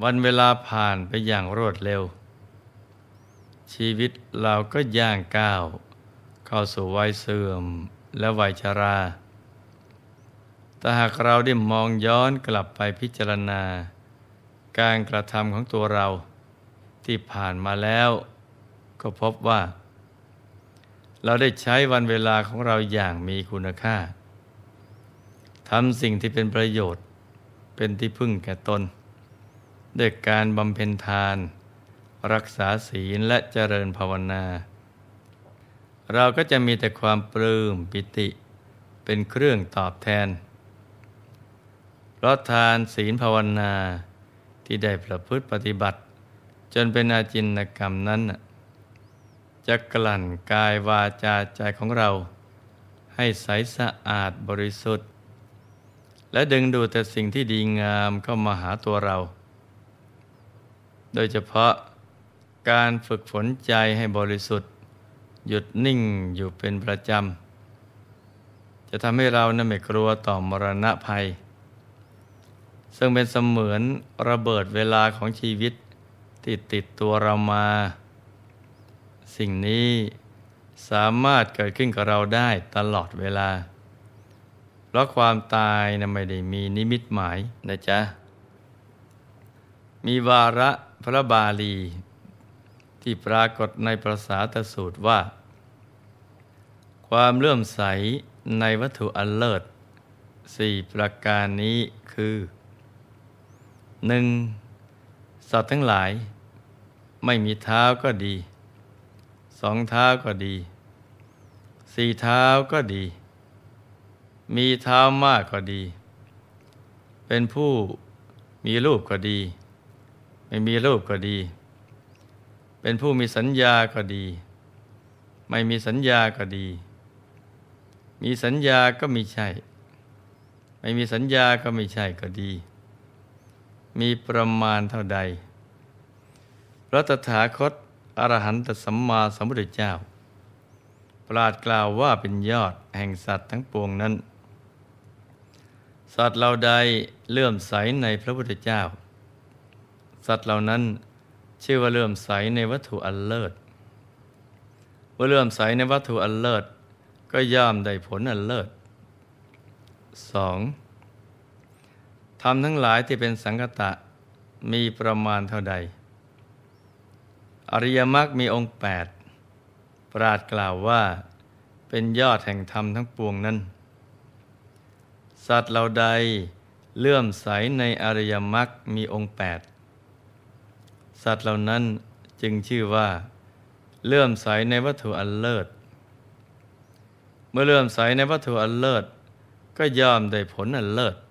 วันเวลาผ่านไปอย่างรวดเร็วชีวิตเราก็ย่างก้าวเข้าสู่วัยเสื่อมและวัยชราแต่หากเราได้มองย้อนกลับไปพิจารณาการกระทำของตัวเราที่ผ่านมาแล้วก็พบว่าเราได้ใช้วันเวลาของเราอย่างมีคุณค่าทำสิ่งที่เป็นประโยชน์เป็นที่พึ่งแก่ตนด้วยการบำเพ็ญทานรักษาศีลและเจริญภาวนาเราก็จะมีแต่ความปลื้มปิติเป็นเครื่องตอบแทนเพราะทานศีลภาวนาที่ได้ประพฤติปฏิบัติจนเป็นอาจินกรรมนั้นจะกลั่นกายวาจาใจของเราให้ใสสะอาดบริสุทธิ์และดึงดูดแต่สิ่งที่ดีงามเข้ามาหาตัวเราโดยเฉพาะการฝึกฝนใจให้บริสุทธิ์หยุดนิ่งอยู่เป็นประจำจะทำให้เรานั้นไม่กลัวต่อมรณะภัยซึ่งเป็นเสมือนระเบิดเวลาของชีวิตที่ติดตัวเรามาสิ่งนี้สามารถเกิดขึ้นกับเราได้ตลอดเวลาเพราะความตายนั้นไม่ได้มีนิมิตหมายนะจ๊ะมีวาระพระบาลีที่ปรากฏในประสาทสูตรว่าความเลื่อมใสในวัตถุอันเลิศ4ประการนี้คือ 1. สัตว์ทั้งหลายไม่มีเท้าก็ดี2 เท้าก็ดี4 เท้าก็ดีมีเท้ามากก็ดีเป็นผู้มีรูปก็ดีไม่มีรูปก็ดีเป็นผู้มีสัญญาก็ดีไม่มีสัญญาก็ดีมีสัญญาก็ไม่ใช่ไม่มีสัญญาก็ไม่ใช่ก็ดีมีประมาณเท่าใดพระตถาคตอรหันตสัมมาสัมพุทธเจ้าปราดกล่าวว่าเป็นยอดแห่งสัตว์ทั้งปวงนั้นสัตว์เหล่าใดเลื่อมใสในพระพุทธเจ้าสัตว์เหล่านั้นชื่อว่าเลื่อมใสในวัตถุอันเลิศเมื่อเลื่อมใสในวัตถุอันเลิศก็ย่อมได้ผลอันเลิศ 2. ธรรมทั้งหลายที่เป็นสังคตะมีประมาณเท่าใดอริยมรรคมีองค์8ปราดกล่าวว่าเป็นยอดแห่งธรรมทั้งปวงนั้นสัตว์เหล่าใดเลื่อมใสในอริยมรรคมีองค์8สัตว์เหล่านั้นจึงชื่อว่าเลื่อมใสในวัตถุอันเลิศเมื่อเลื่อมใสในวัตถุอันเลิศก็ย่อมได้ผลอันเลิศ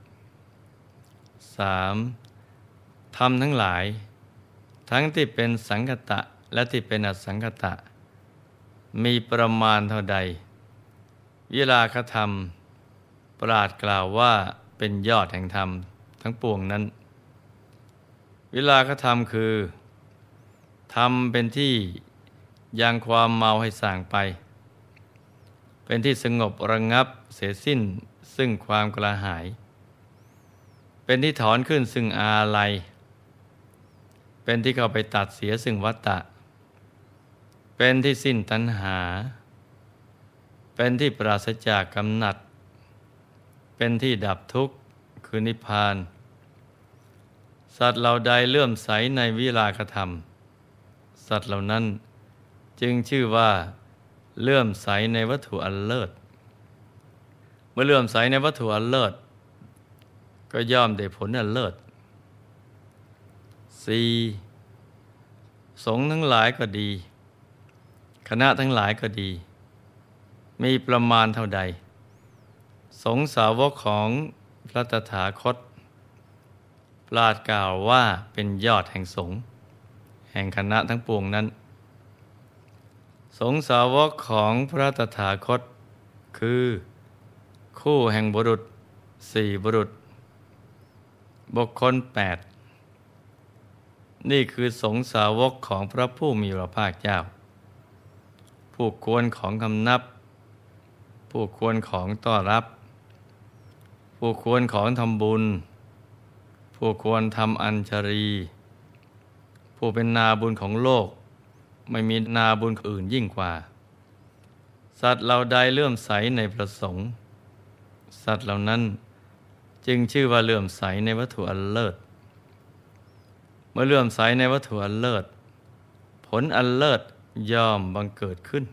3. ธรรมทั้งหลายทั้งที่เป็นสังคตะและที่เป็นอสังคตะมีประมาณเท่าใดวิราคะธรรมปราดกล่าวว่าเป็นยอดแห่งธรรมทั้งปวงนั้นวิราคะธรรมคือธรรมเป็นที่ยังความเมาให้ส่างไปเป็นที่สงบระงับเสียสิ้นซึ่งความกระหายเป็นที่ถอนขึ้นซึ่งอาลัยเป็นที่เข้าไปตัดเสียซึ่งวัฏฏะเป็นที่สิ้นตัณหาเป็นที่ปราศจากกำหนัดเป็นที่ดับทุกข์คือนิพพานสัตว์เหล่าใดเลื่อมใสในวิราคะธรรมสัตว์เหล่านั้นจึงชื่อว่าเลื่อมใสในวัตถุอันเลิศเมื่อเลื่อมใสในวัตถุอันเลิศก็ย่อมได้ผลอันเลิศ 4. สงฆ์ทั้งหลายก็ดีคณะทั้งหลายก็ดีมีประมาณเท่าใดสงฆ์สาวกของพระตถาคตปราดกล่าวว่าเป็นยอดแห่งสงฆ์แห่งคณะทั้งปวงนั้นสงฆ์สาวกของพระตถาคตคือคู่แห่งบุรุษ4บุรุษบุคคล8นี่คือสงฆ์สาวกของพระผู้มีพระภาคเจ้าผู้ควรของคำนับผู้ควรของต้อนรับผู้ควรของทำบุญผู้ควรทำอัญชลีผู้เป็นนาบุญของโลกไม่มีนาบุญอื่นยิ่งกว่าสัตว์เหล่าใดเลื่อมใสในพระสงฆ์สัตว์เหล่านั้นจึงชื่อว่าเลื่อมใสในวัตถุอันเลิศเมื่อเลื่อมใสในวัตถุอันเลิศผลอันเลิศย่อมบังเกิดขึ้น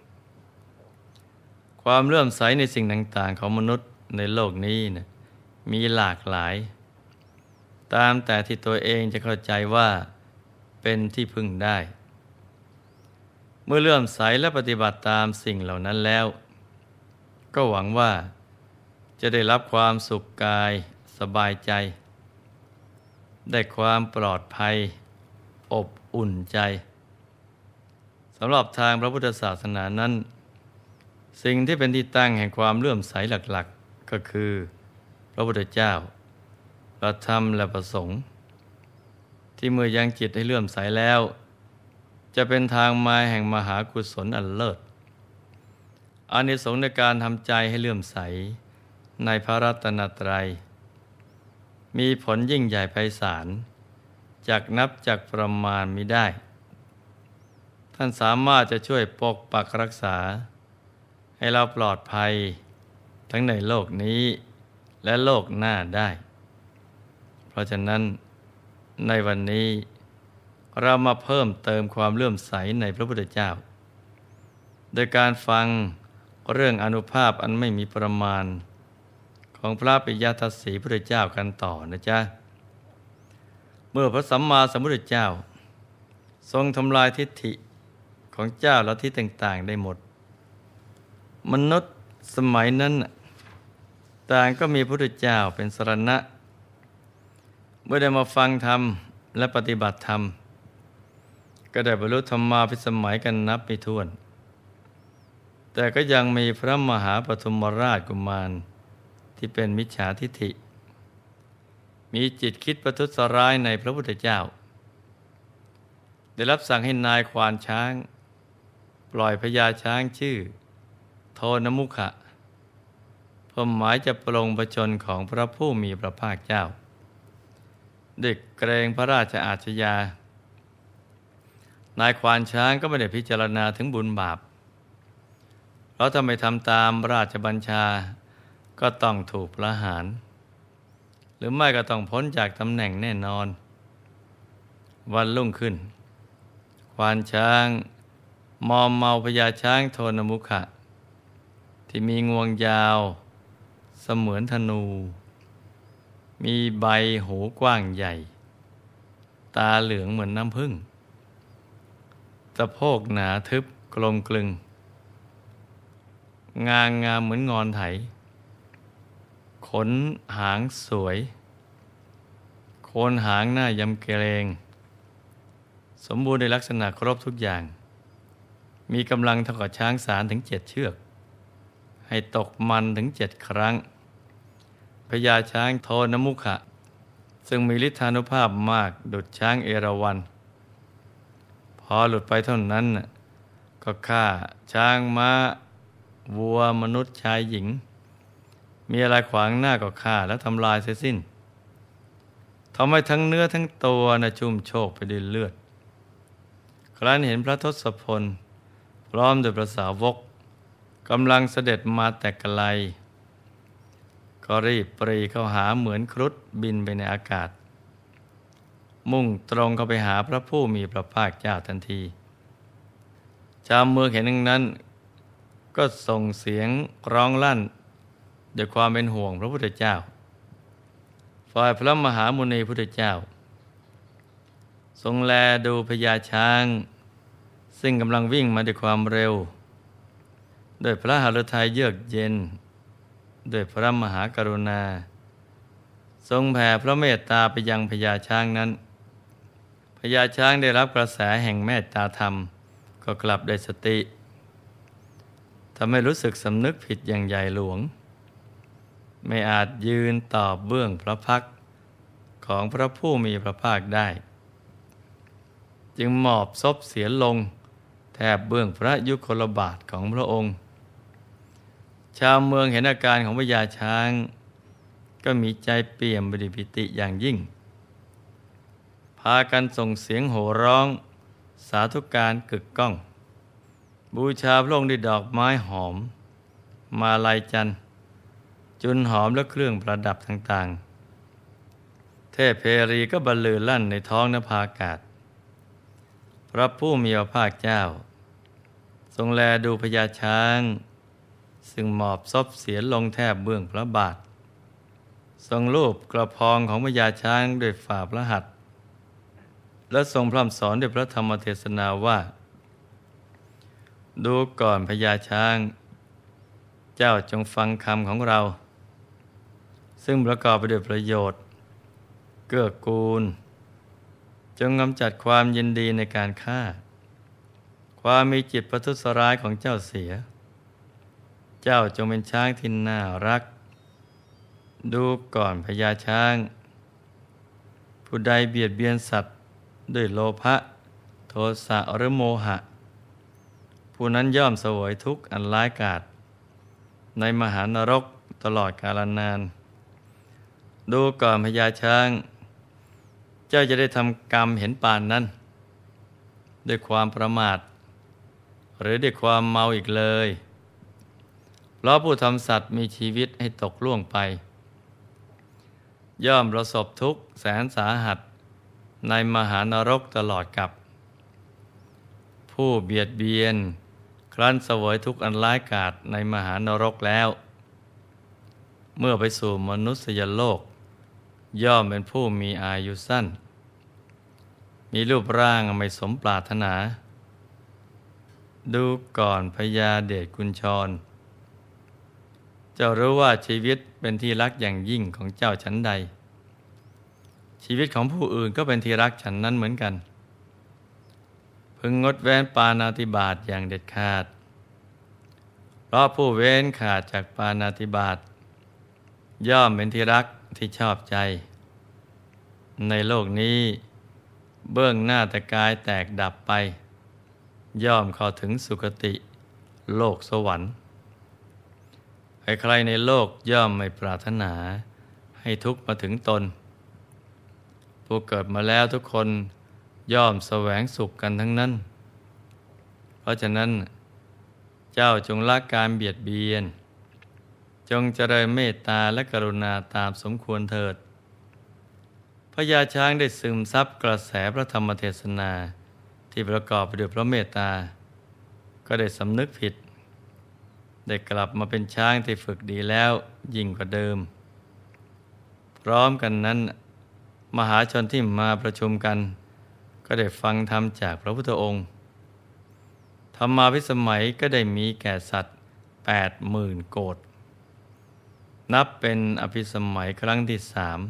ความเลื่อมใสในสิ่งต่างๆของมนุษย์ในโลกนี้นะมีหลากหลายตามแต่ที่ตัวเองจะเข้าใจว่าเป็นที่พึ่งได้เมื่อเลื่อมใสและปฏิบัติตามสิ่งเหล่านั้นแล้วก็หวังว่าจะได้รับความสุขกายสบายใจได้ความปลอดภัยอบอุ่นใจสำหรับทางพระพุทธศาสนานั้นสิ่งที่เป็นที่ตั้งแห่งความเลื่อมใสหลักๆก็คือพระพุทธเจ้าพระธรรมและพระสงฆ์ที่เมื่อยังจิตให้เลื่อมใสแล้วจะเป็นทางมาแห่งมหากุศลอันเลิศอานิสงส์ในการทำใจให้เลื่อมใสในพระรัตนตรัยมีผลยิ่งใหญ่ไพศาลจักนับจักประมาณมิได้ท่านสามารถจะช่วยปกปักรักษาให้เราปลอดภัยทั้งในโลกนี้และโลกหน้าได้เพราะฉะนั้นในวันนี้เรามาเพิ่มเติมความเลื่อมใสในพระพุทธเจ้าโดยการฟังเรื่องอานุภาพอันไม่มีประมาณของพระปิยทัสสีพุทธเจ้ากันต่อนะจ๊ะเมื่อพระสัมมาสัมพุทธเจ้าทรงทำลายทิฏฐิของเจ้าลัทธิต่างๆได้หมดมนุษย์สมัยนั้นต่างก็มีพระพุทธเจ้าเป็นสรณะเมื่อได้มาฟังธรรมและปฏิบัติธรรมก็ได้บรรลุธรรมาภิสมัยกันนับไม่ถ้วนแต่ก็ยังมีพระมหาปฐมราชกุมารที่เป็นมิจฉาทิฏฐิมีจิตคิดประทุษร้ายในพระพุทธเจ้าได้รับสั่งให้นายควานช้างปล่อยพญาช้างชื่อโทนมุขะเพื่อหมายจะปลงประชนของพระผู้มีพระภาคเจ้าด้วยเกรงพระราชอาชญานายควานช้างก็ไม่ได้พิจารณาถึงบุญบาปเพราะถ้าไม่ทำตามราชบัญชาก็ต้องถูกประหารหรือไม่ก็ต้องพ้นจากตำแหน่งแน่นอนวันรุ่งขึ้นควานช้างมอมเมาพญาช้างโทนมุขะที่มีงวงยาวเสมือนธนูมีใบหูกว้างใหญ่ตาเหลืองเหมือนน้ำผึ้งสะโพกหนาทึบกลมกลึงงามเหมือนงอนไถขนหางสวยโคนหางหน้ายำเกรงสมบูรณ์ในลักษณะครบทุกอย่างมีกำลังเท่ากับช้างสารถึง7 เชือกให้ตกมันถึง7 ครั้งพญาช้างโทนมุขะซึ่งมีฤทธานุภาพมากดุจช้างเอราวัณพอหลุดไปเท่านั้นก็ฆ่าช้างม้าวัวมนุษย์ชายหญิงมีอะไรขวางหน้าก็ฆ่าและทำลายเสียสิ้นทำให้ทั้งเนื้อทั้งตัวชุ่มโชกไปด้วยเลือดครั้นเห็นพระทศพลพร้อมด้วยพระสาวกกำลังเสด็จมาแต่ไกลก็รีบปรีเข้าหาเหมือนครุฑบินไปในอากาศมุ่งตรงเข้าไปหาพระผู้มีพระภาคเจ้าทันทีชาวเมืองเห็นดังนั้นก็ส่งเสียงร้องลั่นด้วยความเป็นห่วงพระพุทธเจ้าฝ่ายพระมหามุนีพุทธเจ้าทรงแลดูพญาช้างซึ่งกำลังวิ่งมาด้วยความเร็วด้วยพระหฤทัยเยือกเย็นด้วยพระมหากรุณาทรงแผ่พระเมตตาไปยังพญาช้างนั้นพญาช้างได้รับกระแสแห่งเมตตาธรรมก็กลับได้สติทำให้รู้สึกสำนึกผิดอย่างใหญ่หลวงไม่อาจยืนตอบเบื้องพระพักตร์ของพระผู้มีพระภาคได้จึงหมอบซบเสียลงแทบเบื้องพระยุคลบาทของพระองค์ชาวเมืองเห็นอาการของพญาช้างก็มีใจเปี่ยมไปด้วยปิติอย่างยิ่งพพากันส่งเสียงโห่ร้องสาธุการกึกก้องบูชาพระองค์ด้วยดอกไม้หอมมาลัยจันทร์จุนหอมและเครื่องประดับต่างๆเทพเพรีก็บรรลือลั่นในท้องนภาอากาศพระผู้มีพระภาคเจ้าทรงแลดูพญาช้างซึ่งหมอบซบเสียลงแทบเบื้องพระบาททรงลูบกระพองของพญาช้างด้วยฝ่าพระหัตถ์และทรงพร่ำสอนด้วยพระธรรมเทศนาว่าดูก่อนพญาช้างเจ้าจงฟังคำของเราซึ่งประกอบไปด้วยประโยชน์เกื้อกูลจงกำจัดความยินดีในการฆ่าความมีจิตประทุษร้ายของเจ้าเสียเจ้าจงเป็นช้างที่น่ารักดูก่อนพญาช้างผู้ใดเบียดเบียนสัตว์ด้วยโลภะโทสะหรือโมหะผู้นั้นย่อมเสวยทุกข์อันร้ายกาจในมหานรกตลอดกาลนานดูก่อนพญาช้างเจ้าจะได้ทำกรรมเห็นปานนั้นด้วยความประมาทหรือด้วยความเมาอีกเลยเพราะผู้ทำสัตว์มีชีวิตให้ตกล่วงไปย่อมประสบทุกข์แสนสาหัสในมหานรกตลอดกับผู้เบียดเบียนครั้นเสวยทุกข์อันร้ายกาจในมหานรกแล้วเมื่อไปสู่มนุษยโลกย่อมเป็นผู้มีอายุสั้นมีรูปร่างไม่สมปรารถนาดูก่อนพญาเดชกุญชรเจ้ารู้ว่าชีวิตเป็นที่รักอย่างยิ่งของเจ้าฉันใดชีวิตของผู้อื่นก็เป็นที่รักฉันนั้นเหมือนกันพึงงดเว้นปาณาติบาตอย่างเด็ดขาดเพราะผู้เว้นขาดจากปาณาติบาตย่อมเป็นที่รักที่ชอบใจในโลกนี้เบื้องหน้าแต่กายแตกดับไปย่อมเข้าถึงสุคติโลกสวรรค์ใครๆในโลกย่อมไม่ปรารถนาให้ทุกข์มาถึงตนผู้เกิดมาแล้วทุกคนย่อมแสวงสุขกันทั้งนั้นเพราะฉะนั้นเจ้าจงละการเบียดเบียนจงเจริญเมตตาและกรุณาตามสมควรเถิดพญาช้างได้ซึมซับกระแสพระธรรมเทศนาที่ประกอบไปด้วยพระเมตตาก็ได้สำนึกผิดได้กลับมาเป็นช้างที่ฝึกดีแล้วยิ่งกว่าเดิมพร้อมกันนั้นมหาชนที่มาประชุมกันก็ได้ฟังธรรมจากพระพุทธองค์ธรรมาภิสมัยก็ได้มีแก่สัตว์ 80,000 โกฏนับเป็นอภิสมัยครั้งที่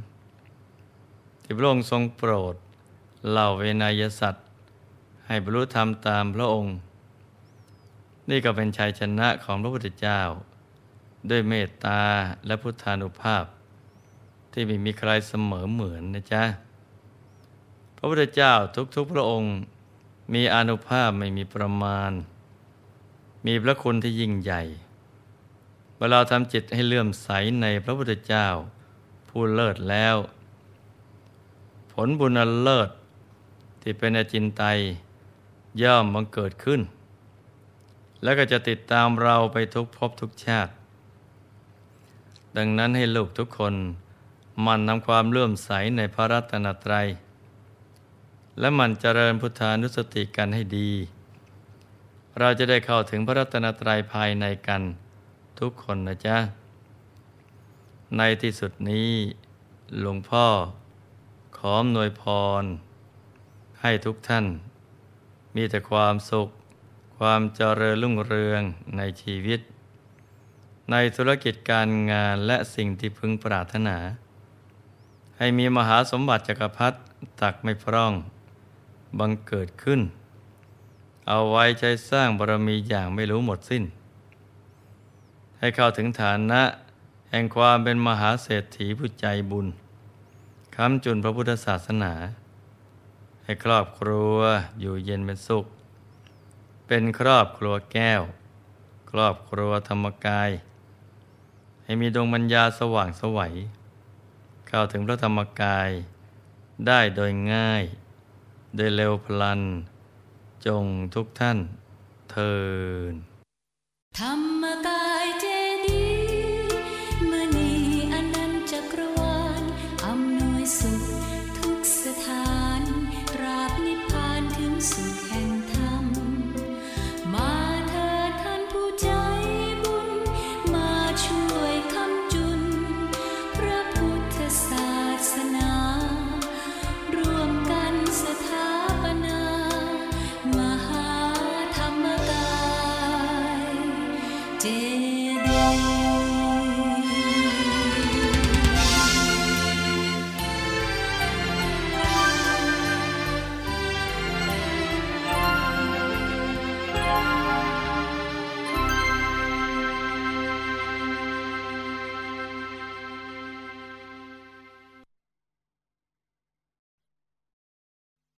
3ที่พระองค์ทรงโปรดเหล่าเวนยสัตว์ให้บรรลุธรรมตามพระองค์นี่ก็เป็นชัยชนะของพระพุทธเจ้าด้วยเมตตาและพุทธานุภาพที่ไม่มีใครเสมอเหมือนนะจ๊ะพระพุทธเจ้าทุกๆพระองค์มีอานุภาพไม่มีประมาณมีพระคุณที่ยิ่งใหญ่เมื่อเราทำจิตให้เลื่อมใสในพระพุทธเจ้าผู้เลิศแล้วผลบุญอันเลิศที่เป็นอจินไตยย่อมบังเกิดขึ้นแล้วก็จะติดตามเราไปทุกภพทุกชาติดังนั้นให้ลูกทุกคนหมั่นนำความเลื่อมใสในพระรัตนตรัยและหมั่นเจริญพุทธานุสติกันให้ดีเราจะได้เข้าถึงพระรัตนตรัยภายในกันทุกคนนะจ๊ะในที่สุดนี้หลวงพ่อขออำนวยพรให้ทุกท่านมีแต่ความสุขความเจริญรุ่งเรืองในชีวิตในธุรกิจการงานและสิ่งที่พึงปรารถนาให้มีมหาสมบัติจักรพรรดิตักไม่พร่องบังเกิดขึ้นเอาไว้ใช้สร้างบารมีอย่างไม่รู้หมดสิ้นให้เข้าถึงฐานะแห่งความเป็นมหาเศรษฐีผู้ใจบุญค้ำจุนพระพุทธศาสนาให้ครอบครัวอยู่เย็นเป็นสุขเป็นครอบครัวแก้วครอบครัวธรรมกายให้มีดวงปัญญาสว่างไสวเข้าถึงพระธรรมกายได้โดยง่ายโดยเร็วพลันจงทุกท่านเทินธรรมกายเจ